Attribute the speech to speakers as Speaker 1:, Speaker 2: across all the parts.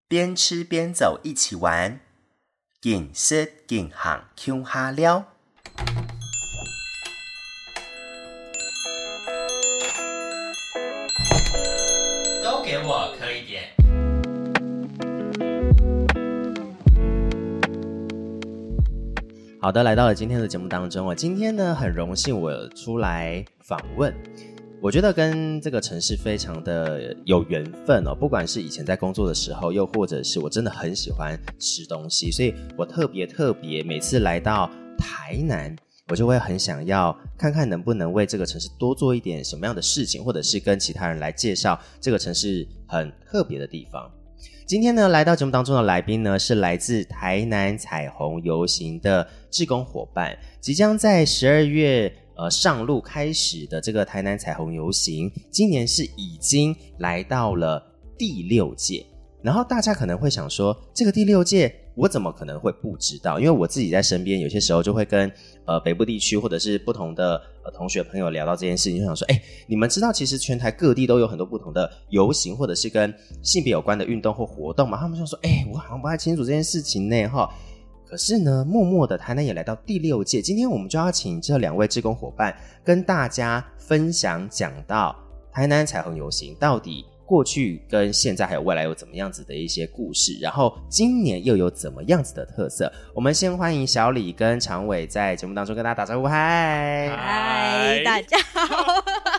Speaker 1: 边吃边走一起玩，景色景行 Q 哈了。
Speaker 2: 都给我磕一点。
Speaker 3: 好的，来到了今天的节目当中今天呢很荣幸我出来访问，我觉得跟这个城市非常的有缘分不管是以前在工作的时候，又或者是我真的很喜欢吃东西，所以我特别每次来到台南，我就会很想要看看能不能为这个城市多做一点什么样的事情，或者是跟其他人来介绍这个城市很特别的地方。今天呢，来到节目当中的来宾呢，是来自台南彩虹游行的志工伙伴，即将在12月上路开始的这个台南彩虹游行，今年是已经来到了第6届。然后大家可能会想说，这个第6届我怎么可能会不知道？因为我自己在身边有些时候就会跟北部地区或者是不同的同学朋友聊到这件事情，就想说你们知道其实全台各地都有很多不同的游行或者是跟性别有关的运动或活动吗？他们就说我好像不太清楚这件事情呢可是呢，默默的台南也来到第6届，今天我们就要请这2位志工伙伴跟大家分享讲到台南彩虹游行到底过去跟现在还有未来有怎么样子的一些故事，然后今年又有怎么样子的特色。我们先欢迎小李跟常伟在节目当中跟大家打招呼。
Speaker 4: 嗨，大家好。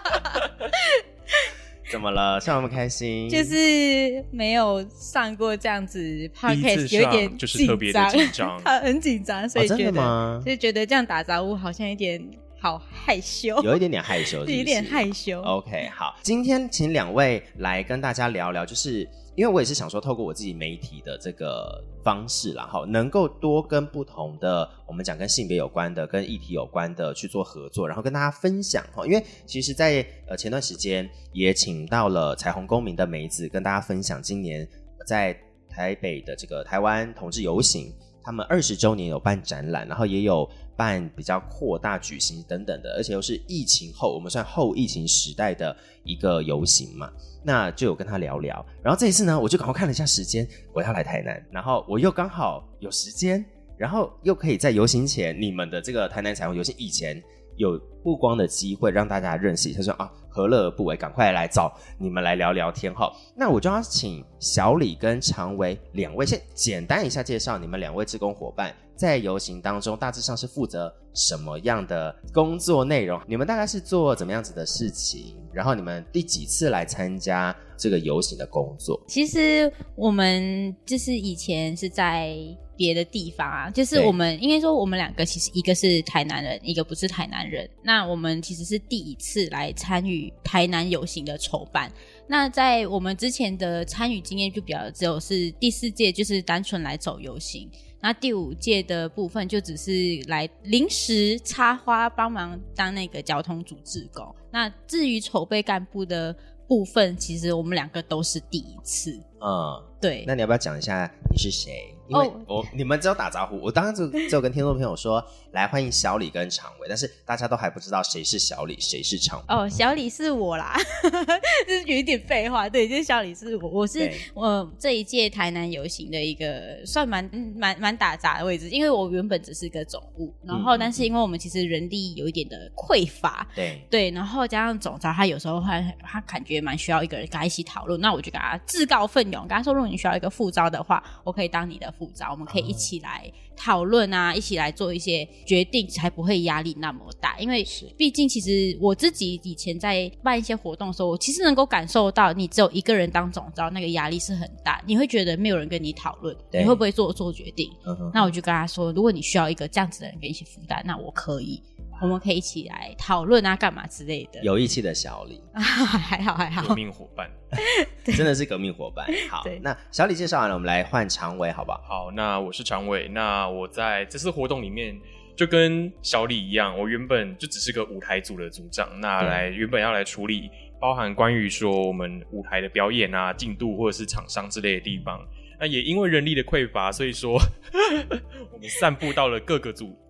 Speaker 3: 怎么了？笑那么开心？
Speaker 4: 就是没有上过这样子 podcast， 有一点
Speaker 5: 就是特别的紧张，
Speaker 4: 很紧张，所以
Speaker 3: 真的吗？
Speaker 4: 就觉得这样打招呼好像有点好害羞，
Speaker 3: 有一点点害羞是不是？
Speaker 4: 有点害羞。
Speaker 3: OK， 好，今天请2位来跟大家聊聊，就是因为我也是想说透过我自己媒体的这个方式啦，能够多跟不同的我们讲跟性别有关的跟议题有关的去做合作，然后跟大家分享因为其实在前段时间也请到了彩虹公民的梅子跟大家分享今年在台北的这个台湾同志游行，他们20周年有办展览，然后也有办比较扩大举行等等的，而且又是疫情后，我们算后疫情时代的一个游行嘛，那就有跟他聊聊。然后这一次呢，我就赶快看了一下时间，我要来台南，然后我又刚好有时间，然后又可以在游行前，你们的这个台南彩虹游行以前有曝光的机会让大家认识一下，说何乐而不为，赶快来找你们来聊聊天那我就要请小李跟常维2位先简单一下介绍你们2位志工伙伴在游行当中大致上是负责什么样的工作内容，你们大概是做怎么样子的事情，然后你们第几次来参加这个游行的工作。
Speaker 4: 其实我们就是以前是在别的地方就是我们应该说我们2个其实一个是台南人，一个不是台南人，那我们其实是第一次来参与台南游行的筹办。那在我们之前的参与经验就比较只有是第4届就是单纯来走游行，那第5届的部分就只是来临时插花帮忙当那个交通组志工。那至于筹备干部的部分，其实我们2个都是第一次。对。
Speaker 3: 那你要不要讲一下你是谁？因为你们只有打招呼，我当然只有跟听众朋友说来欢迎小李跟常伟，但是大家都还不知道谁是小李谁是常伟。
Speaker 4: 小李是我啦就是有一点废话，对，就是小李是我是这一届台南游行的一个算蛮打杂的位置，因为我原本只是个总务，然后但是因为我们其实人力有一点的匮乏，对，然后加上总召他有时候他感觉蛮需要一个人跟他一起讨论，那我就跟他自告奋勇跟他说，如果你需要一个副召的话，我可以当你的副召，我们可以一起来讨论一起来做一些决定，才不会压力那么大。因为毕竟其实我自己以前在办一些活动的时候，我其实能够感受到你只有一个人当总召，那个压力是很大，你会觉得没有人跟你讨论，你会不会做决定那我就跟他说，如果你需要一个这样子的人跟你一起负担，那我可以，我们可以一起来讨论干嘛之类的。
Speaker 3: 有义气的小李
Speaker 4: 还好，
Speaker 5: 革命伙伴
Speaker 3: 真的是革命伙伴。好，那小李介绍完了，我们来换常伟好不好？
Speaker 5: 好，那我是常伟，那我在这次活动里面就跟小李一样，我原本就只是个舞台组的组长，那原本要来处理包含关于说我们舞台的表演进度或者是厂商之类的地方，那也因为人力的匮乏，所以说我们散布到了各个组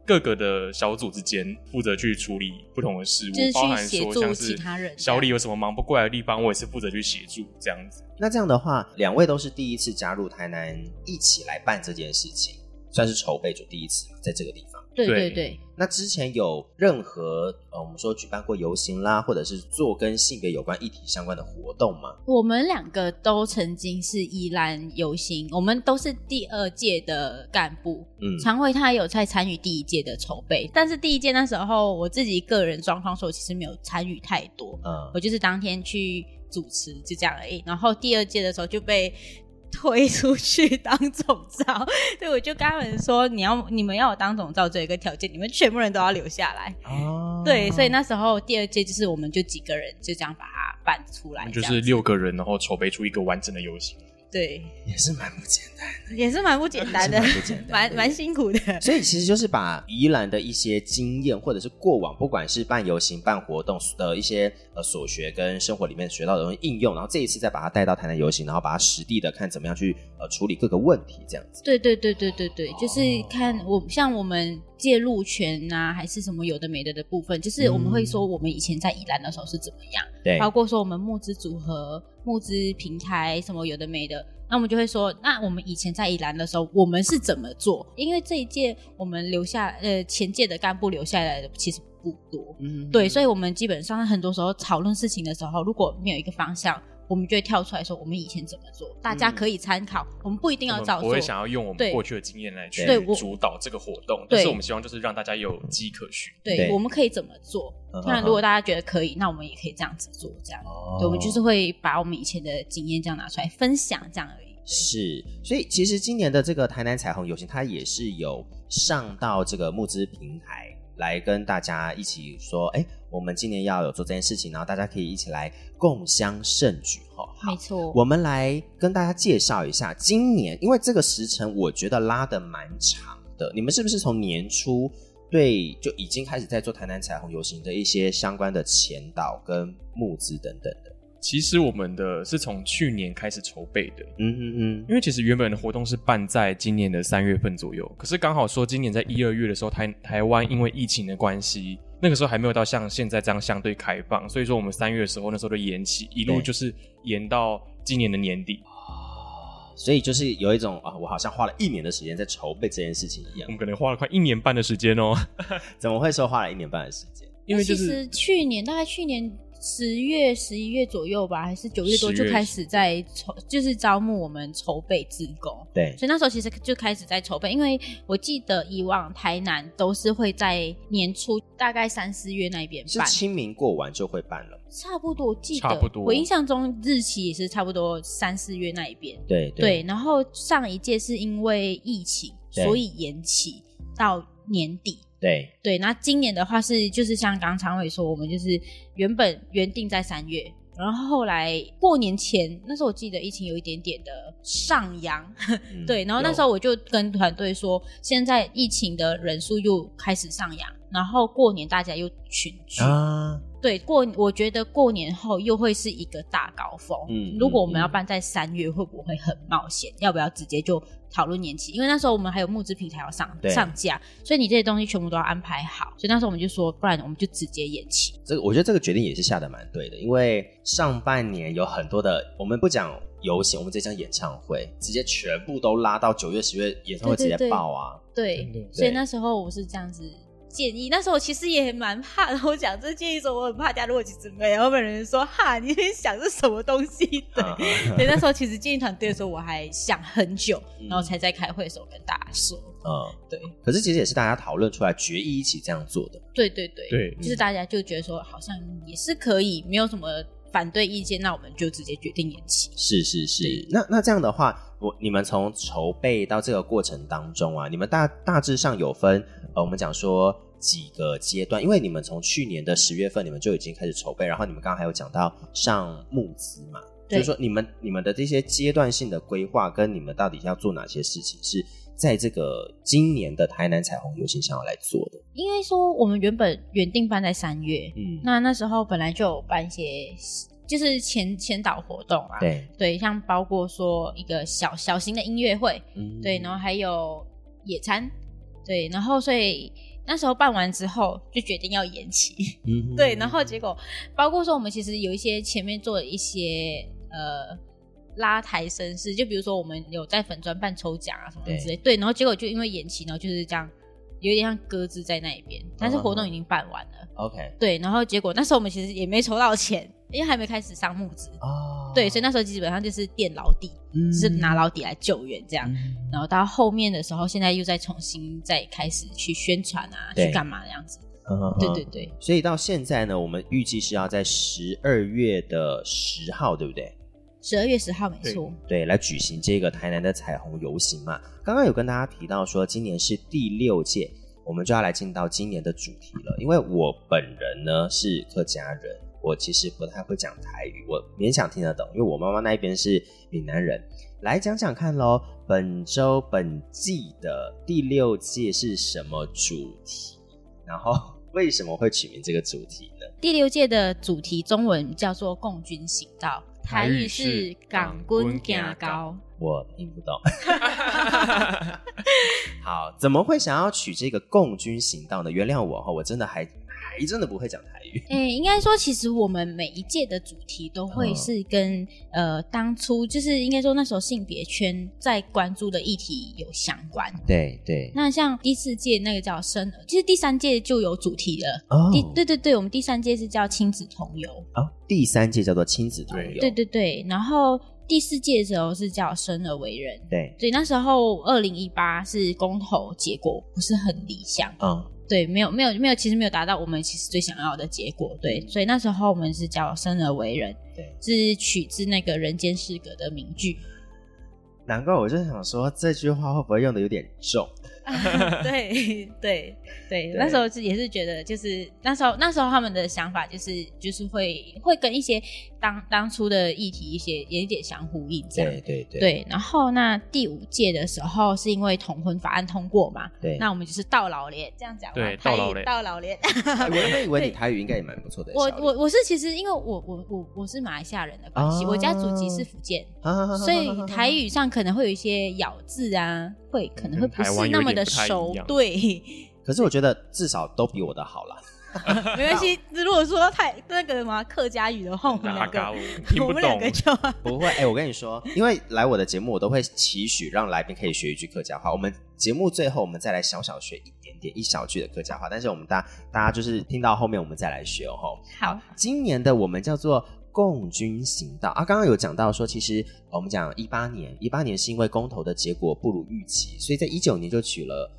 Speaker 5: 各个的小组之间负责去处理不同的事务，
Speaker 4: 就是
Speaker 5: 包含
Speaker 4: 去协助
Speaker 5: 说像是
Speaker 4: 其他人
Speaker 5: 小李有什么忙不过来的地方，我也是负责去协助这样子。
Speaker 3: 那这样的话，2位都是第一次加入台南一起来办这件事情，算是筹备组第一次在这个地方。
Speaker 4: 对对对。
Speaker 3: 那之前有任何我们说举办过游行啦，或者是做跟性别有关议题相关的活动吗？
Speaker 4: 我们2个都曾经是宜兰游行，我们都是第2届的干部。常惠他有在参与第1届的筹备，但是第1届那时候我自己个人状况说，我其实没有参与太多。我就是当天去主持就这样而已。然后第2届的时候就被推出去当总召，对，我就跟他们说，你们要我当总召，只有一个条件，你们全部人都要留下来。对，所以那时候第2届就是我们就几个人就这样把它办出来，
Speaker 5: 就是6个人，然后筹备出一个完整的游行。
Speaker 4: 对，
Speaker 3: 也是蛮不简单的，
Speaker 4: 也是蛮不简单的，蛮辛苦的。
Speaker 3: 所以其实就是把宜兰的一些经验，或者是过往不管是办游行、办活动的一些所学跟生活里面学到的东西应用，然后这一次再把它带到台南游行，然后把它实地的看怎么样去处理各个问题，这样子。对，
Speaker 4: 就是看像我们介入权啊，还是什么有的没的部分，就是我们会说我们以前在宜兰的时候是怎么样，对，包括说我们募资组合、募资平台什么有的没的，那我们就会说，那我们以前在宜兰的时候我们是怎么做？因为这一届我们前届的干部留下来的其实不多，对，所以我们基本上很多时候讨论事情的时候，如果没有一个方向，我们就会跳出来说我们以前怎么做，大家可以参考，我们不一定要照做，
Speaker 5: 我们不会想要用我们过去的经验来去主导这个活动，但是我们希望就是让大家有迹可循。对，我
Speaker 4: 们可以怎么做？那如果大家觉得可以，那我们也可以这样子做，这样。对，我们就是会把我们以前的经验这样拿出来分享，这样而已。
Speaker 3: 是，所以其实今年的这个台南彩虹游行，它也是有上到这个募资平台来跟大家一起说，我们今年要有做这件事情，然后大家可以一起来共襄盛举。
Speaker 4: 没错，
Speaker 3: 我们来跟大家介绍一下今年，因为这个时程我觉得拉得蛮长的，你们是不是从年初就已经开始在做台南彩虹游行的一些相关的前导跟募资等等的？
Speaker 5: 其实我们的是从去年开始筹备的，因为其实原本的活动是办在今年的3月份左右，可是刚好说今年在1、2月的时候，台湾因为疫情的关系，那个时候还没有到像现在这样相对开放，所以说我们3月的时候那时候就延期，一路就是延到今年的年底。
Speaker 3: 所以就是有一种我好像花了1年的时间在筹备这件事情一样。
Speaker 5: 我们可能花了快1年半的时间哦。
Speaker 3: 怎么会说花了1年半的时间？
Speaker 4: 因为就是大概去年10月、11月左右吧，还是9月多就开始在就是招募我们筹备志工。
Speaker 3: 对，
Speaker 4: 所以那时候其实就开始在筹备，因为我记得以往台南都是会在年初大概3、4月那边办，
Speaker 3: 是清明过完就会办了。
Speaker 4: 差不多，记得我印象中日期也是差不多3、4月那一边。对，然后上一届是因为疫情，所以延期到年底。对，那今年的话就是像刚常伟说，我们就是原定在3月，然后后来过年前，那时候我记得疫情有一点点的上扬，对，然后那时候我就跟团队说，现在疫情的人数又开始上扬，然后过年大家又群聚对，我觉得过年后又会是一个大高峰。如果我们要办在3月，会不会很冒险？要不要直接就讨论延期？因为那时候我们还有募资平台要上架，所以你这些东西全部都要安排好。所以那时候我们就说，不然我们就直接延期。
Speaker 3: 我觉得这个决定也是下得蛮对的，因为上半年有很多的，我们不讲游行，我们直接讲演唱会，直接全部都拉到9月、10月，演唱会直接爆啊！
Speaker 4: 对，所以那时候我是这样子建议，那时候我其实也蛮怕的。我讲这建议说，我很怕加入，我其实没有本人说哈，你想是什么东西？对，那时候其实建议团队的时候，我还想很久，然后才在开会的时候跟大家说。
Speaker 3: 对。可是其实也是大家讨论出来决议一起这样做的。
Speaker 4: 对，就是大家就觉得说，好像也是可以，没有什么反对意见，那我们就直接决定延期。
Speaker 3: 是。那这样的话，你们从筹备到这个过程当中啊，你们大致上有分我们讲说几个阶段，因为你们从去年的10月份你们就已经开始筹备，然后你们刚刚还有讲到上募资嘛，就是说你们的这些阶段性的规划跟你们到底要做哪些事情是在这个今年的台南彩虹游行想要来做的。
Speaker 4: 因为说我们原定办在3月，那时候本来就有办一些就是前导活动啊，对，像包括说一个小型的音乐会，对，然后还有野餐，对，然后所以那时候办完之后就决定要延期，对，然后结果包括说我们其实有一些前面做了一些拉抬声势，就比如说我们有在粉专办抽奖啊什么之类，对，然后结果就因为延期，然后就是这样有点像搁置在那一边，但是活动已经办完了
Speaker 3: ，OK，
Speaker 4: 对，然后结果那时候我们其实也没筹到钱，因为还没开始上募资，对，所以那时候基本上就是垫老底，就是拿老底来救援这样，然后到后面的时候，现在又再重新再开始去宣传啊，去干嘛这样子，对对对，
Speaker 3: 所以到现在呢，我们预计是要在12月10号，对不对
Speaker 4: ？12月10号没错，
Speaker 3: 对，来举行这个台南的彩虹游行嘛。刚刚有跟大家提到说，今年是第6届，我们就要来进到今年的主题了。因为我本人呢是客家人，我其实不太会讲台语，我勉强听得懂，因为我妈妈那一边是闽南人。来讲讲看咯，本季的第6届是什么主题？然后为什么会取名这个主题呢？
Speaker 4: 第6届的主题中文叫做共军行道，台语是港军行高，
Speaker 3: 我听不懂。好，怎么会想要取这个共军行道呢？原谅我真的还真的不会讲台语。
Speaker 4: 应该说其实我们每一届的主题都会是跟当初就是应该说那时候性别圈在关注的议题有相关。
Speaker 3: 对对。
Speaker 4: 那像第4届那个叫生儿，其实第3届就有主题了。对对对，我们第3届是叫亲子同游。
Speaker 3: 第3届叫做亲子同游。
Speaker 4: 对对对，然后第4届的时候是叫生而为人。
Speaker 3: 对，
Speaker 4: 所以那时候2018是公投结果不是很理想。对，没有，其实没有达到我们其实最想要的结果。对，所以那时候我们是叫生而为人，对，是取自那个人间失格的名句。
Speaker 3: 难怪我就想说这句话会不会用的有点重。
Speaker 4: 对对对，那时候也是觉得，就是那时候他们的想法就是会跟一些当初的议题有一点相呼应这样。对对对。对，然后那第5届的时候是因为同婚法案通过嘛，对，那我们就是到老连这样讲，对，到老连。
Speaker 3: 我原本以为你台语应该也蛮不错的。
Speaker 4: 我是其实因为我是马来西亚人的关系，我家祖籍是福建，所以台语上可能会有一些咬字啊，可能会不是那么的熟，对。
Speaker 3: 可是我觉得至少都比我的好啦。
Speaker 4: 没关系，如果说太那个嘛客家语的话，我们两个就
Speaker 3: 不会。我跟你说，因为来我的节目，我都会期许让来宾可以学一句客家话。我们节目最后我们再来小学一点点一小句的客家话，但是我们大家就是听到后面我们再来学哦。
Speaker 4: 好，
Speaker 3: 今年的我们叫做共军行道啊，刚刚有讲到说，其实我们讲18年是因为公投的结果不如预期，所以在19年就取了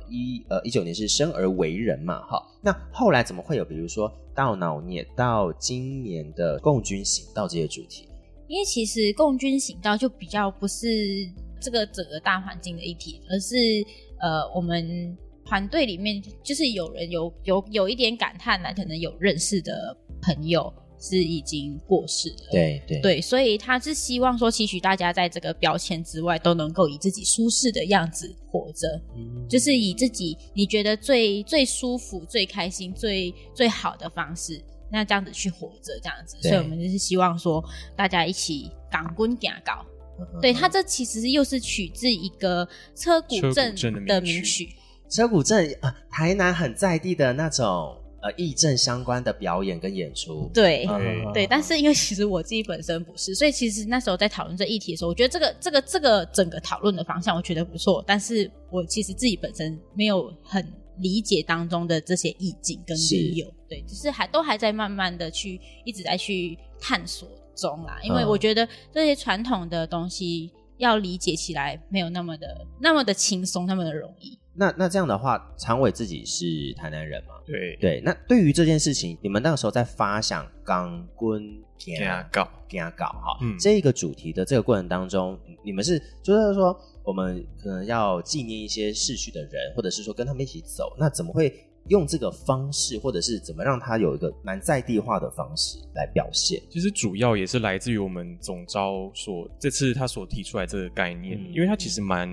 Speaker 3: 19年是生而为人嘛，哈。那后来怎么会有比如说到脑年到今年的共军行道这些主题？
Speaker 4: 因为其实共军行道就比较不是这个整个大环境的议题，而是我们团队里面就是有人有一点感叹啦，可能有认识的朋友是已经过世了，对，所以他是希望说期许大家在这个标签之外都能够以自己舒适的样子活着，就是以自己你觉得最舒服最开心最好的方式，那这样子去活着这样子，所以我们就是希望说大家一起港军行高，对，他这其实又是取自一个车鼓镇的名曲，
Speaker 3: 车鼓镇台南很在地的那种议政相关的表演跟演出，
Speaker 4: 对，但是因为其实我自己本身不是，所以其实那时候在讨论这议题的时候，我觉得这个整个讨论的方向我觉得不错，但是我其实自己本身没有很理解当中的这些意境跟缘由，对，就是都还在慢慢的一直在去探索中啦，因为我觉得这些传统的东西要理解起来没有那么的轻松，那么的容易。
Speaker 3: 那这样的话，常伟自己是台南人嘛？对。那对于这件事情，你们那个时候在发想港军行高哈，这个主题的这个过程当中，你们就是说，我们可能要纪念一些逝去的人，或者是说跟他们一起走，那怎么会用这个方式，或者是怎么让它有一个蛮在地化的方式来表现？
Speaker 5: 其实主要也是来自于我们总召这次他所提出来这个概念，因为它其实蛮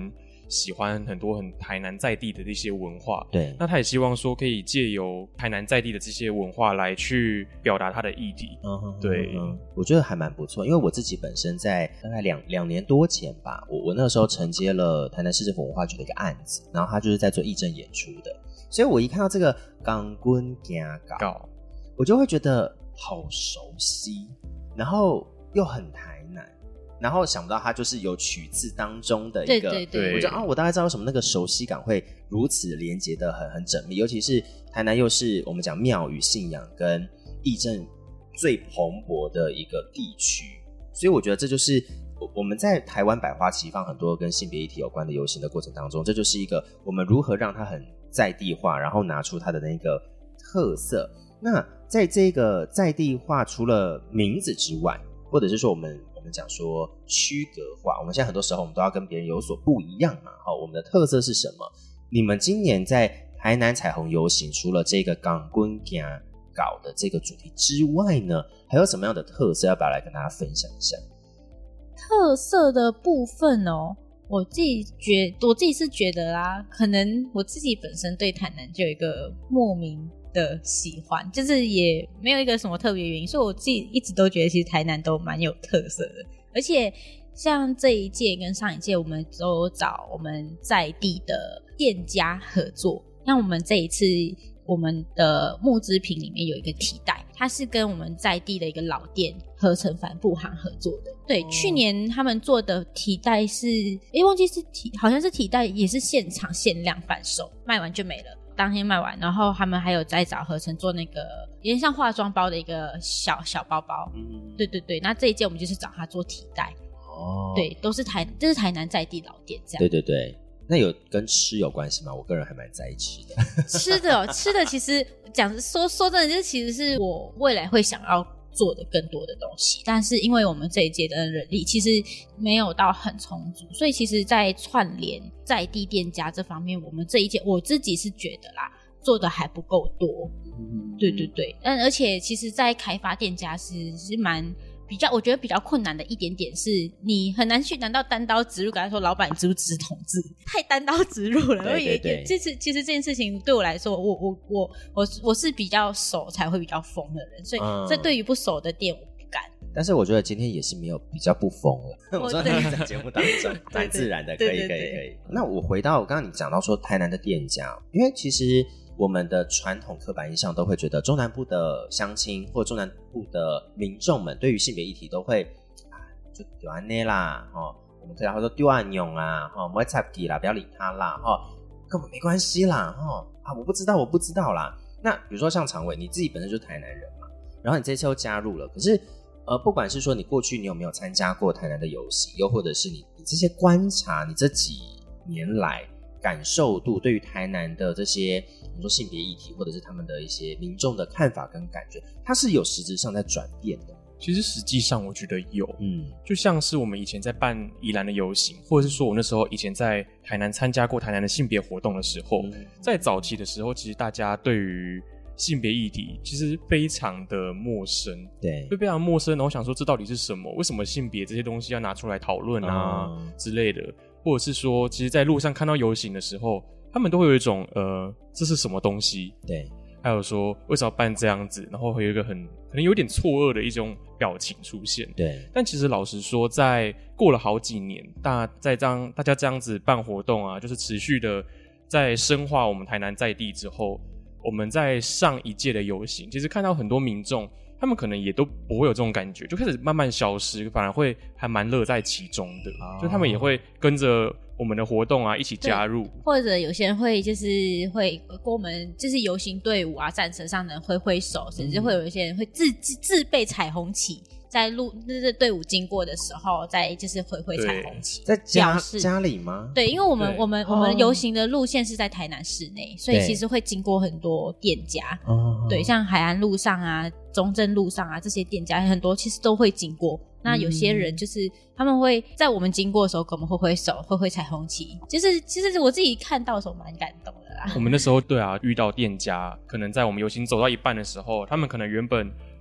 Speaker 5: 喜欢很多很台南在地的一些文化，
Speaker 3: 对，
Speaker 5: 那他也希望说可以借由台南在地的这些文化来去表达他的议题。对，
Speaker 3: 我觉得还蛮不错，因为我自己本身在大概两年多前吧，我那个时候承接了台南市政府文化局的一个案子，然后他就是在做义政演出的，所以我一看到这个港棍行告，我就会觉得好熟悉，然后又很台南，然后想不到它就是有取自当中的一个，
Speaker 4: 对，
Speaker 3: 我觉得我大概知道为什么那个熟悉感会如此连结的很缜密，尤其是台南又是我们讲庙宇信仰跟义政最蓬勃的一个地区，所以我觉得这就是我们在台湾百花齐放很多跟性别议题有关的游行的过程当中，这就是一个我们如何让它很在地化，然后拿出它的那个特色。那在这个在地化，除了名字之外，或者是说我们讲说区隔化，我们现在很多时候我们都要跟别人有所不一样嘛。我们的特色是什么？你们今年在台南彩虹游行，除了这个港棍行告的这个主题之外呢，还有什么样的特色？要不要来跟大家分享一下？
Speaker 4: 特色的部分哦，我自己是觉得啦，可能我自己本身对台南就有一个莫名的喜欢，就是也没有一个什么特别原因，所以我自己一直都觉得其实台南都蛮有特色的。而且像这一届跟上一届，我们都找我们在地的店家合作，像我们这一次我们的募资品里面有一个提袋，它是跟我们在地的一个老店合成帆布行合作的。对，去年他们做的提袋是忘记是好像是提袋，也是现场限量贩售，卖完就没了，当天卖完。然后他们还有再找合成做那个有点像化妆包的一个小包包。对，那这一届我们就是找他做提袋。对，这是台南在地老店这样。对，那有跟吃有关系吗？我个人还蛮在意吃的。吃的其实说真的，这其实是我未来会想要做的更多的东西，但是因为我们这一届的人力其实没有到很充足，所以其实在串联在地店家这方面，我们这一届我自己是觉得啦，做的还不够多。对，而且其实在开发店家是蛮我觉得比较困难的一点点是，你很难去难道单刀直入跟他说老板支不支持同志，太单刀直入了。对，其实这件事情对我来说，我是比较熟才会比较疯的人，所以这对于不熟的店我不敢。但是我觉得今天也是没有比较不疯了。我说在节目当中蛮自然的，可以。那我回到刚刚你讲到说台南的店家，因为其实我们的传统刻板印象都会觉得中南部的乡亲或中南部的民众们对于性别议题都会就丢安内啦，我们可以说丢安勇啦，不会插题啦，不要理他啦，根本没关系啦，我不知道啦。那比如说像常伟，你自己本身就是台南人嘛，然后你这次又加入了，可是不管是说你过去你有没有参加过台南的游行，又或者是你这些观察，你这几年来感受度对于台南的这些我们说性别议题，或者是他们的一些民众的看法跟感觉，它是有实质上在转变的。
Speaker 5: 其实实际上我觉得有，就像是我们以前在办宜兰的游行，或者是说我那时候以前在台南参加过台南的性别活动的时候，在早期的时候，其实大家对于性别议题其实非常的陌生，对，会非常陌生。然后想说这到底是什么？为什么性别这些东西要拿出来讨论啊之类的？或者是说，其实在路上看到游行的时候，他们都会有一种这是什么东西？对，还有说为什么要办这样子？然后会有一个可能有点错愕的一种表情出现。对，但其实老实说，在过了好几年，大家这样子办活动啊，就是持续的在深化我们台南在地之后，我们在上一届的游行，其实看到很多民众，他们可能也都不会有这种感觉，就开始慢慢消失，反而会还蛮乐在其中的，就他们也会跟着我们的活动啊一起加入，或者有些人会就是会跟我们就是游行队伍啊战车上的人会挥手，甚至会有一些人会自备彩虹旗，在就是队伍经过的时候，在就是挥彩虹旗，在家里吗？对，因为我们游行的路线是在台南市内，所以其实会经过很多店家，对，像海岸路上啊、中正路上啊这些店家很多，其实都会经过。那有些人就是他们会在我们经过的时候，跟我们会挥手，会挥彩虹旗，就是其实我自己看到的时候蛮感动的啦。我们那时候对啊，遇到店家可能在我们游行走到一半的时候，他们可能原本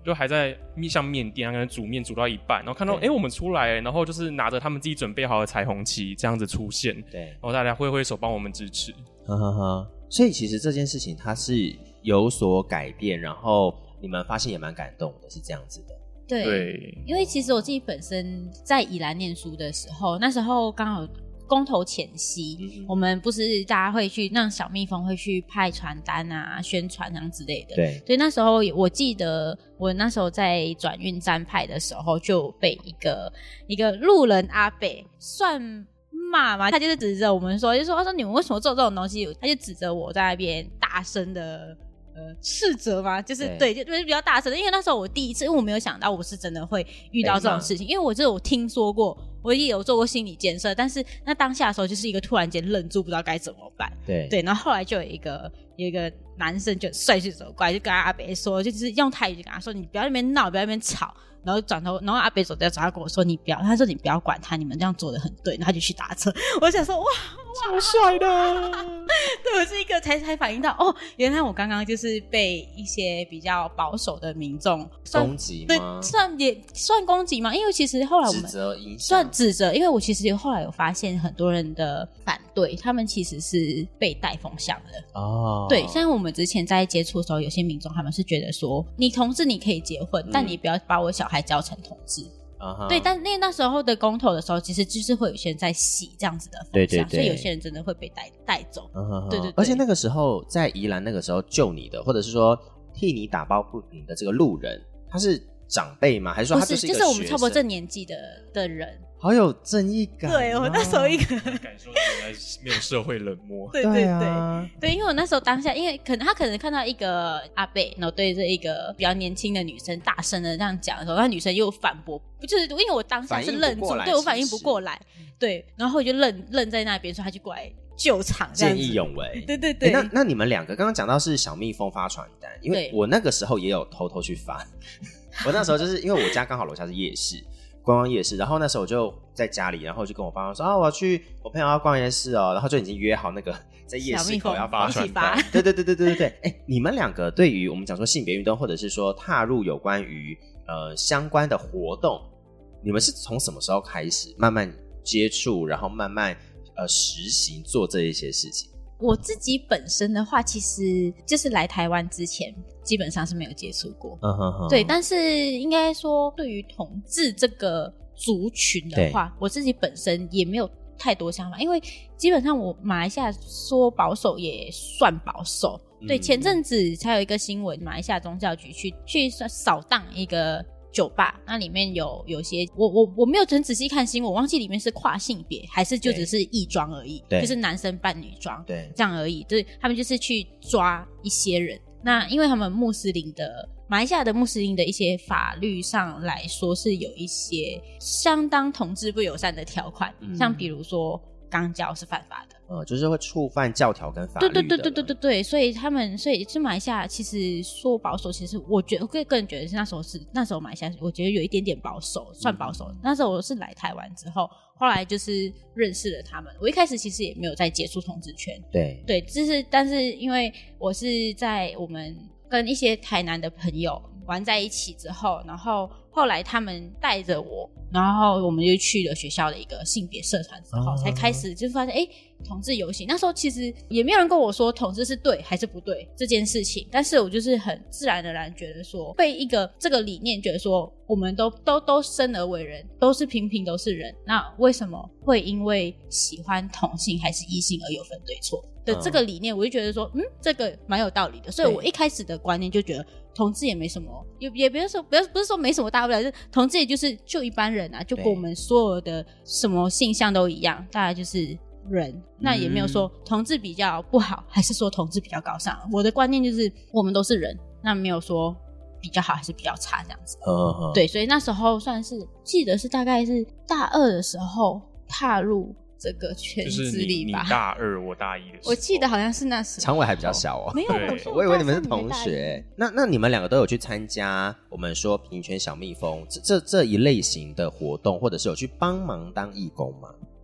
Speaker 5: 就还在像面店，可能煮面煮到一半，然后看到我们出来，然后就是拿着他们自己准备好的彩虹旗这样子出现，对，然后大家挥挥手帮我们支持。
Speaker 3: 所以其实这件事情它是有所改变，然后你们发现也蛮感动的，是这样子的。
Speaker 4: 对，因为其实我自己本身在宜兰念书的时候，那时候刚好公投前夕，我们不是大家会去让小蜜蜂会去派传单啊、宣传这样之类的。对，所以那时候我记得我那时候在转运站派的时候，就被一个路人阿伯算骂嘛，他就是指着我们说，就说你们为什么做这种东西？他就指着我在那边大声的。斥责吗？就是对，就是比较大声的，因为那时候我第一次，因为我没有想到我是真的会遇到这种事情，因为我有听说过，我也有做过心理建设，但是那当下的时候就是一个突然间愣住，不知道该怎么办。对，然后后来就有一个男生就帅气走过来，就跟阿伯说，就是用台语就跟他说：“你不要在那边闹，不要在那边吵。”然后转头，然后阿伯走掉，他跟我说：“他说你不要管他，你们这样做的很对。”然后他就去打车。我想说，哇，
Speaker 5: 超帅的！
Speaker 4: 对，我是一个才反应到，原来我刚刚就是被一些比较保守的民众
Speaker 3: 攻击吗？
Speaker 4: 对，也算攻击吗？因为其实后来我们
Speaker 3: 指责影响，
Speaker 4: 算指责，因为我其实后来有发现很多人的反对，他们其实是被带风向的。对，像我们之前在接触的时候，有些民众他们是觉得说，你同志你可以结婚，但你不要把我小孩教成同志。对，但那时候的公投的时候，其实就是会有些人在洗这样子的风向，所以有些人真的会被带走。对，
Speaker 3: 而且那个时候在宜兰，那个时候救你的，或者是说替你打抱不平的这个路人，他是长辈吗？还是说他就是一个学生？
Speaker 4: 就是我们差不多这年纪的人。
Speaker 3: 好有正义感。
Speaker 4: 对，我那时候
Speaker 5: 感受原来没有社会冷漠。
Speaker 4: 对，因为我那时候当下，因为他可能看到一个阿伯，然后对着一个比较年轻的女生大声的这样讲的时候，那女生又反驳，就是因为我当下是愣住，对，我反应不过来，对，然后我就愣在那边，所以他就过来救场，
Speaker 3: 见义勇为。
Speaker 4: 对。
Speaker 3: 那你们两个刚刚讲到是小蜜蜂发传单，因为我那个时候也有偷偷去发。我那时候就是因为我家刚好楼下是夜市。观光夜市，然后那时候我就在家里，然后就跟我爸妈说我要去，我朋友要逛夜市哦，然后就已经约好那个在夜市口要发传单。对。你们两个对于我们讲说性别运动，或者是说踏入有关于相关的活动，你们是从什么时候开始慢慢接触，然后慢慢实行做这一些事情？
Speaker 4: 我自己本身的话，其实就是来台湾之前基本上是没有接触过。对，但是应该说对于同志这个族群的话，我自己本身也没有太多想法，因为基本上我马来西亚说保守也算保守。对，前阵子才有一个新闻，马来西亚宗教局去扫荡一个酒吧，那里面有些我没有很仔细看新闻，我忘记里面是跨性别还是就只是异装而已，就是男生扮女装，对，这样而已。就是他们就是去抓一些人，那因为他们马来西亚的穆斯林的一些法律上来说是有一些相当同志不友善的条款，像比如说肛交是犯法的。
Speaker 3: 就是会触犯教条跟法律的。
Speaker 4: 对，所以是马来西亚其实说保守，其实我个人觉得是那时候马来西亚我觉得有一点点保守，算保守。那时候我是来台湾之后，后来就是认识了他们。我一开始其实也没有在接触同志圈，对，但是因为我是在我们跟一些台南的朋友玩在一起之后，然后后来他们带着我，然后我们就去了学校的一个性别社团之后，才开始就发现同志游行。那时候其实也没有人跟我说同志是对还是不对这件事情，但是我就是很自然而然觉得说，被这个理念觉得说，我们都生而为人，都是平都是人，那为什么会因为喜欢同性还是异性而有分对错的这个理念，我就觉得说这个蛮有道理的。所以我一开始的观念就觉得同志也没什么，也不是说没什么大不了，就是同志也就一般人啊，就跟我们所有的什么性向都一样，大概就是人，那也没有说同志比较不好，还是说同志比较高尚。我的观念就是我们都是人，那没有说比较好还是比较差这样子。对，所以那时候算是记得是大概是大二的时候踏入这个圈子里吧。
Speaker 5: 就是你大二我大一的时候，
Speaker 4: 我记得好像是那时候。
Speaker 3: 常伟还比较小哦，
Speaker 4: 没有，
Speaker 3: 我以为你们是同学。那你们两个都有去参加我们说平权小蜜蜂这一类型的活动，或者是有去帮忙当义工吗？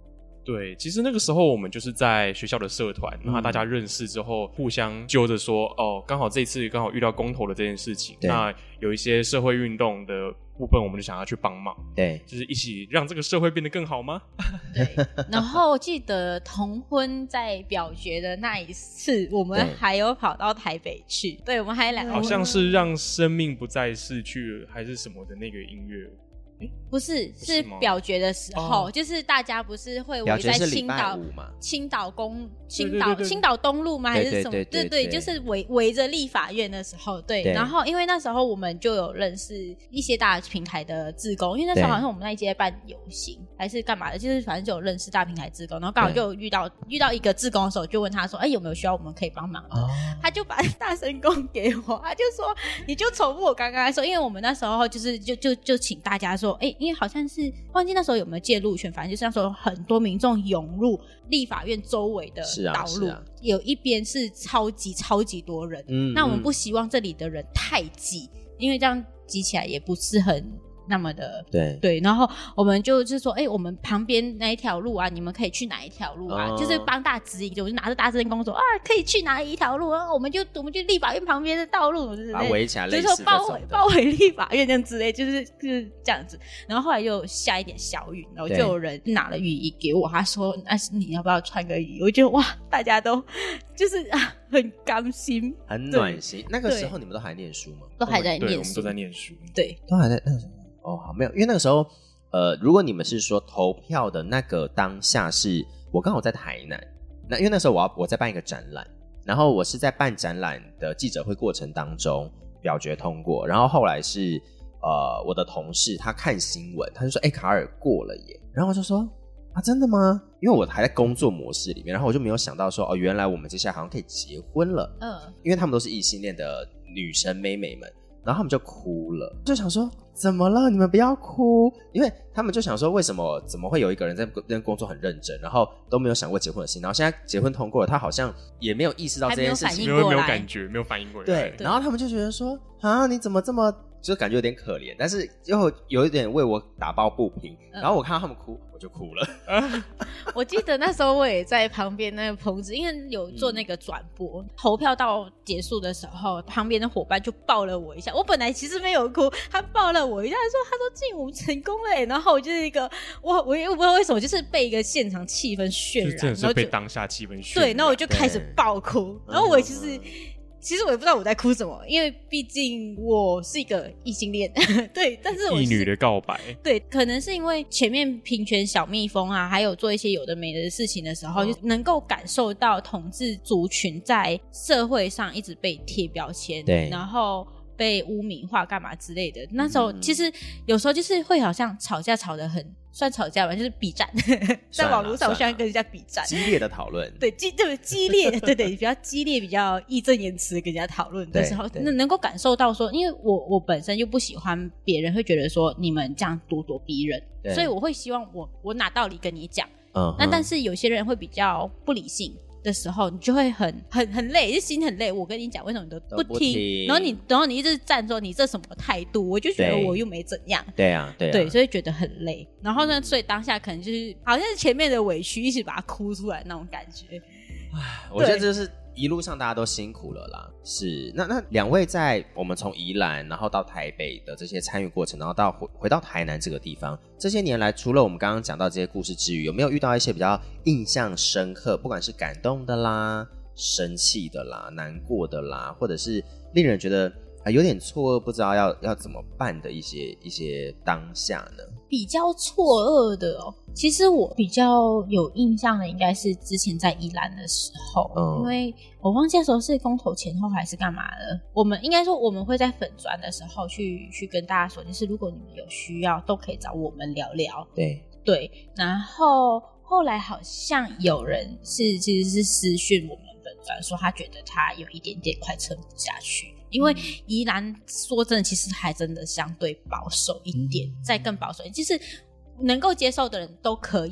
Speaker 5: 对，其实那个时候我们就是在学校的社团，然后大家认识之后互相揪着说，刚好这一次刚好遇到公投的这件事情，那有一些社会运动的部分我们就想要去帮忙，
Speaker 3: 对，
Speaker 5: 就是一起让这个社会变得更好吗？
Speaker 4: 对，然后记得同婚在表决的那一次我们还有跑到台北去，对，我们还
Speaker 5: 好像是让生命不再逝去还是什么的那个音乐，
Speaker 4: 不是表决的时候，就是大家不是会围在青岛东路吗？还是什么？对，就是围着立法院的时候，对。然后因为那时候我们就有认识一些大平台的志工，因为那时候好像我们那一届办游行还是干嘛的，就是反正就有认识大平台志工，然后刚好就有遇到一个志工的时候，就问他说：“有没有需要我们可以帮忙的？”他就把大声公给我，他就说：“你就重复我刚刚说，因为我们那时候就是就请大家说。”因为好像是忘记那时候有没有介入权，反正就是那时候很多民众涌入立法院周围的道路，有一边是超级多人，那我们不希望这里的人太挤，因为这样挤起来也不是很那么的对，然后我们就是说我们旁边那一条路啊，你们可以去哪一条路啊，就是帮大家指引，我就拿着大声公说可以去哪一条路啊，我们就立法院旁边的道路，
Speaker 3: 把它围起来，
Speaker 4: 就是说包围立法院这样之类，就是这样子。然后后来又下一点小雨，然后就有人拿了雨衣给我，他说你要不要穿个雨衣？我觉得哇，大家都就是很甘心，
Speaker 3: 很暖心。那个时候你们都还念书吗？
Speaker 4: 都还在念书，
Speaker 5: 对，我们都在念书，
Speaker 4: 对，
Speaker 3: 都还在那个时候。好，没有，因为那个时候，如果你们是说投票的那个当下是我刚好在台南，那因为那时候我在办一个展览，然后我是在办展览的记者会过程当中表决通过，然后后来是我的同事他看新闻，他就说卡尔过了耶，然后我就说真的吗？因为我还在工作模式里面，然后我就没有想到说原来我们接下来好像可以结婚了，因为他们都是异性恋的女生妹妹们。然后他们就哭了，就想说怎么了？你们不要哭，因为他们就想说怎么会有一个人在工作很认真，然后都没有想过结婚的事情，然后现在结婚通过了，他好像也没有意识到这件事情，
Speaker 5: 没有感觉，没有反应过来。
Speaker 3: 对，然后他们就觉得说你怎么这么，就感觉有点可怜，但是又有一点为我打抱不平。然后我看到他们哭，我就哭了。
Speaker 4: 我记得那时候我也在旁边那个棚子，因为有做那个转播，投票到结束的时候，旁边的伙伴就抱了我一下。我本来其实没有哭，他抱了我一下，他说静茹成功了，然后我就是一个我也不知道为什么，就是被一个现场气氛渲染，
Speaker 5: 真的是被当下气氛渲染。
Speaker 4: 对，然后我就开始爆哭，然后我其实我也不知道我在哭什么，因为毕竟我是一个异性恋，对，但是
Speaker 5: 异女的告白，
Speaker 4: 对，可能是因为前面平权小蜜蜂啊，还有做一些有的没的事情的时候，就能够感受到同志族群在社会上一直被贴标签，
Speaker 3: 对，
Speaker 4: 然后被污名化干嘛之类的。那时候其实有时候就是会好像吵架吵得很算吵架吧，就是比战在网络上我喜欢跟人家比战，
Speaker 3: 激烈的讨论，
Speaker 4: 对激烈对比较激烈比较义正言辞跟人家讨论的时候，能够感受到说，因为我本身就不喜欢别人会觉得说你们这样咄咄逼人，所以我会希望我拿道理跟你讲，那但是有些人会比较不理性的时候，你就会很累，就心很累。我跟你讲，为什么你都不听？然后你一直站说你这什么态度？我就觉得我又没怎样。对，所以觉得很累。然后呢，所以当下可能就是好像是前面的委屈一起把它哭出来那种感觉。
Speaker 3: 我觉得这是一路上大家都辛苦了啦。是，那两位在我们从宜兰然后到台北的这些参与过程，然后到回到台南这个地方，这些年来除了我们刚刚讲到这些故事之余，有没有遇到一些比较印象深刻，不管是感动的啦、生气的啦、难过的啦，或者是令人觉得有点错愕不知道要怎么办的一些当下呢？
Speaker 4: 比较错愕的其实我比较有印象的应该是之前在宜兰的时候，因为我忘记那时候是公投前后还是干嘛的，我们应该说我们会在粉专的时候去跟大家说，就是如果你们有需要都可以找我们聊聊。对，然后后来好像有人其实是私讯我们粉专说他觉得他有一点点快撑不下去，因为宜兰说真的其实还真的相对保守一点，再更保守一点，其实能够接受的人都可以，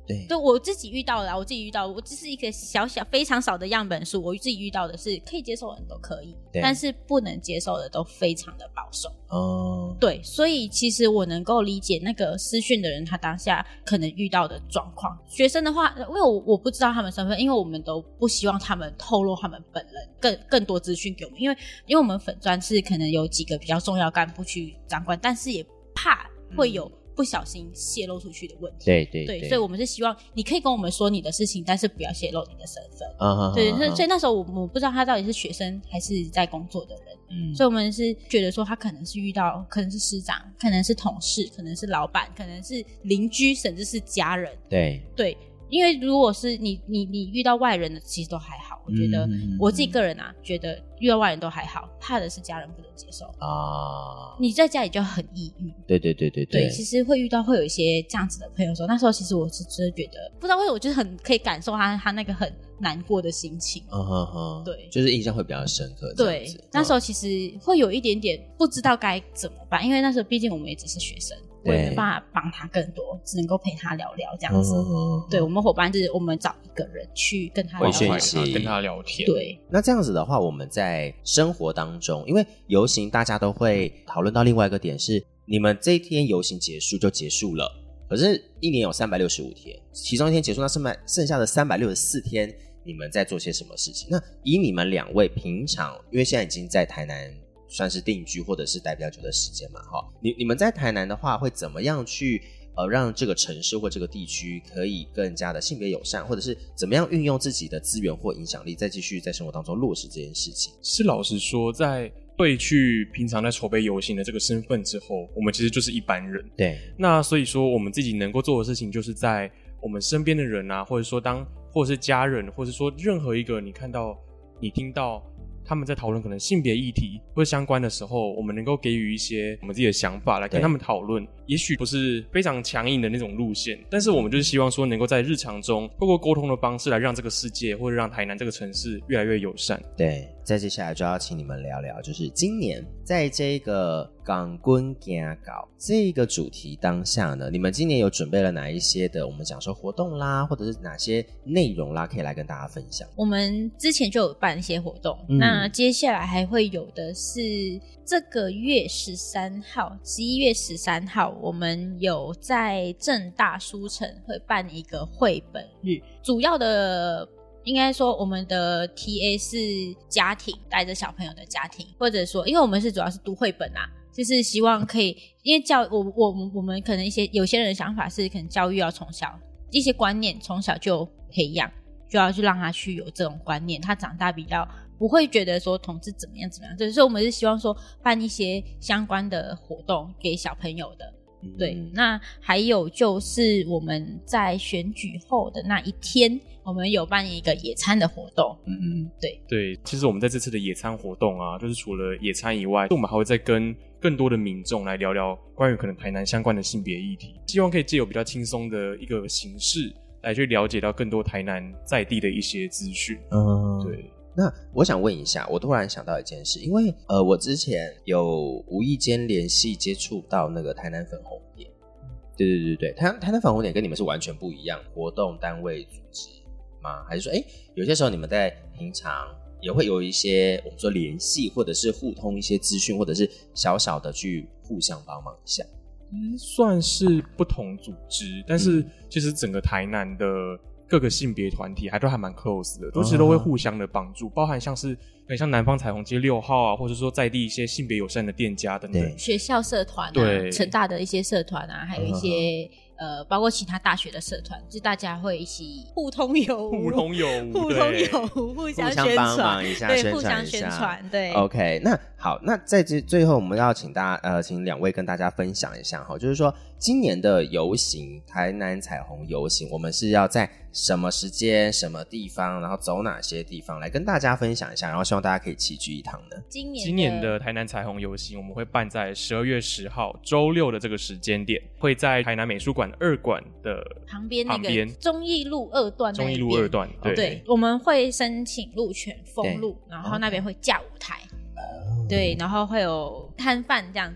Speaker 3: 对
Speaker 4: 我自己遇到的我这是一个非常少的样本数，我自己遇到的是可以接受的人都可以，但是不能接受的都非常的保守。对，所以其实我能够理解那个私讯的人他当下可能遇到的状况。学生的话，因为我不知道他们身份，因为我们都不希望他们透露他们本人更多资讯给我们，因为我们粉专是可能有几个比较重要干部去掌管，但是也怕会有不小心泄露出去的问题。对，所以我们是希望你可以跟我们说你的事情，但是不要泄露你的身份。对，所以那时候我不知道他到底是学生还是在工作的人，所以我们是觉得说他可能是遇到，可能是师长，可能是同事，可能是老板，可能是邻居，甚至是家人。对，因为如果是你遇到外人的其实都还好，我觉得我自己个人觉得遇到外人都还好，怕的是家人不能接受你在家里就很抑郁。对，其实会有一些这样子的朋友说，那时候其实我是真的觉得不知道为什么，我就是很可以感受他那个很难过的心情。对，
Speaker 3: 就是印象会比较深刻。
Speaker 4: 对，那时候其实会有一点点不知道该怎么办，因为那时候毕竟我们也只是学生，我也没办法帮他更多，只能够陪他聊聊这样子。对，我们伙伴就是我们找一个人去跟他聊天，
Speaker 5: 跟他聊天。
Speaker 4: 对，
Speaker 3: 那这样子的话，我们在生活当中，因为游行大家都会讨论到另外一个点是，你们这一天游行结束就结束了，可是一年有365天，其中一天结束，那剩下的364天你们在做些什么事情？那以你们两位平常，因为现在已经在台南算是定居或者是待比较久的时间嘛，你们在台南的话会怎么样去让这个城市或这个地区可以更加的性别友善，或者是怎么样运用自己的资源或影响力再继续在生活当中落实这件事情？
Speaker 5: 是老实说，在退去平常在筹备游行的这个身份之后，我们其实就是一般人。
Speaker 3: 对，
Speaker 5: 那所以说我们自己能够做的事情，就是在我们身边的人或者说或者是家人，或者说任何一个你看到你听到他们在讨论可能性别议题或者相关的时候，我们能够给予一些我们自己的想法来跟他们讨论，也许不是非常强硬的那种路线，但是我们就是希望说能够在日常中透过沟通的方式来让这个世界或者让台南这个城市越来越友善。
Speaker 3: 对，再接下来就要请你们聊聊，就是今年在这个港棍行搞这个主题当下呢，你们今年有准备了哪一些的我们讲说活动啦，或者是哪些内容啦，可以来跟大家分享？
Speaker 4: 我们之前就有办一些活动，那接下来还会有的是这个月11月13号，我们有在政大书城会办一个绘本日，主要的应该说我们的 TA 是家庭，带着小朋友的家庭，或者说因为我们是主要是读绘本就是希望可以，因为我们可能有些人的想法是可能教育要从小一些观念从小就培养，就要去让他去有这种观念，他长大比较不会觉得说同志怎么样，所以我们是希望说办一些相关的活动给小朋友的。对，那还有就是我们在选举后的那一天，我们有办一个野餐的活动。对，
Speaker 5: 其实我们在这次的野餐活动就是除了野餐以外，我们还会再跟更多的民众来聊聊关于可能台南相关的性别议题，希望可以借由比较轻松的一个形式来去了解到更多台南在地的一些资讯。对。
Speaker 3: 那我想问一下，我突然想到一件事，因为我之前有无意间联系接触到那个台南粉红点。对，台南粉红点跟你们是完全不一样，活动单位组织吗？还是说有些时候你们在平常也会有一些我们说联系，或者是互通一些资讯，或者是小小的去互相帮忙一下？
Speaker 5: 算是不同组织，但是其实整个台南的各个性别团体还蛮 close 的，其实都会互相的帮助，包含像南方彩虹街6号或者说在地一些性别友善的店家等等，
Speaker 4: 学校社团
Speaker 5: 对，
Speaker 4: 成大的一些社团还有一些包括其他大学的社团，就大家会一起互通有无，互相宣
Speaker 3: 帮忙一下，
Speaker 4: 对，互相宣传，对。
Speaker 3: OK， 那好，那在最后我们要请两位跟大家分享一下就是说今年的游行，台南彩虹游行，我们是要在什么时间、什么地方，然后走哪些地方来跟大家分享一下，然后希望大家可以齐聚一堂呢？
Speaker 5: 今年的台南彩虹游行，我们会办在12月10号周六的这个时间点，会在台南美术馆2馆的
Speaker 4: 旁边那个忠义路2段那边。
Speaker 5: 忠义路2段，
Speaker 4: 对，我们会申请路权封路，然后那边会架舞台，对，然后会有摊贩这样子。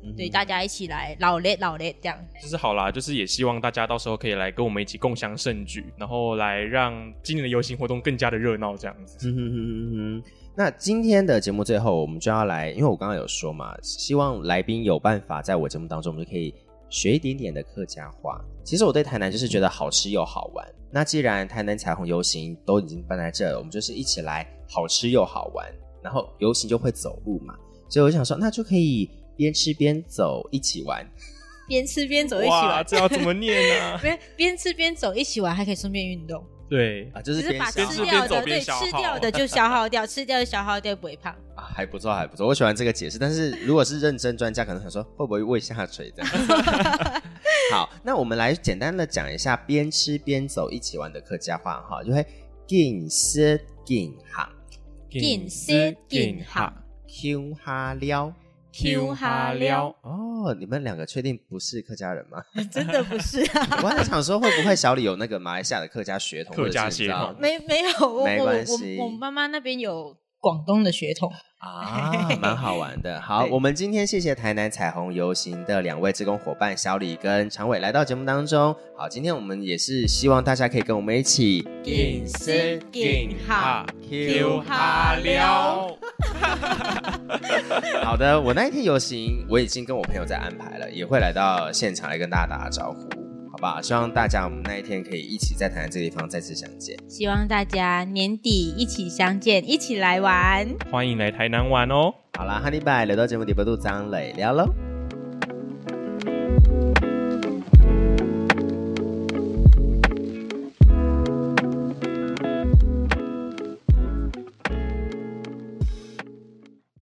Speaker 4: 对，大家一起来老嘞这样。
Speaker 5: 就是好啦，就是也希望大家到时候可以来跟我们一起共襄盛举，然后来让今年的游行活动更加的热闹这样子。
Speaker 3: 那今天的节目最后我们就要来，因为我刚刚有说嘛，希望来宾有办法在我节目当中我们就可以学一点点的客家话。其实我对台南就是觉得好吃又好玩，那既然台南彩虹游行都已经办在这了，我们就是一起来好吃又好玩，然后游行就会走路嘛，所以我想说那就可以边吃边走一起玩，
Speaker 4: 边吃边走一起玩。
Speaker 5: 哇，这要怎么念啊？
Speaker 4: 边吃边走一起玩，还可以顺便运动。
Speaker 5: 对
Speaker 3: 啊，就是
Speaker 4: 把
Speaker 3: 边
Speaker 4: 吃掉的对吃掉的就消耗掉，吃掉就消耗掉，不会胖
Speaker 3: 啊，还不错还不错，我喜欢这个解释。但是如果是认真专家，可能想说会不会胃下垂这样。好，那我们来简单的讲一下边吃边走一起玩的客家话哈，就会紧食紧行，
Speaker 4: 紧食紧行，
Speaker 3: Q 哈了。
Speaker 4: Q 哈了
Speaker 3: 哦，你们两个确定不是客家人吗？
Speaker 4: 真的不是啊！
Speaker 3: 我还在想说，会不会小李有那个马来西亚的客家血统？
Speaker 5: 客家血统
Speaker 4: 没有，
Speaker 3: 没关系。
Speaker 4: 我妈妈那边有广东的血统
Speaker 3: 啊，蛮好玩的。好，我们今天谢谢台南彩虹游行的2位志工伙伴小李跟常伟来到节目当中。好，今天我们也是希望大家可以跟我们一起
Speaker 4: 紧食紧行
Speaker 3: Q 哈了。好的，我那一天游行我已经跟我朋友在安排了，也会来到现场来跟大家打个招呼，好不好？希望大家我们那一天可以一起在台南这个地方再次相见。
Speaker 4: 希望大家年底一起相见，一起来玩，
Speaker 5: 欢迎来台南玩哦。
Speaker 3: 好啦，哈利拜来到节目底部度张磊聊喽。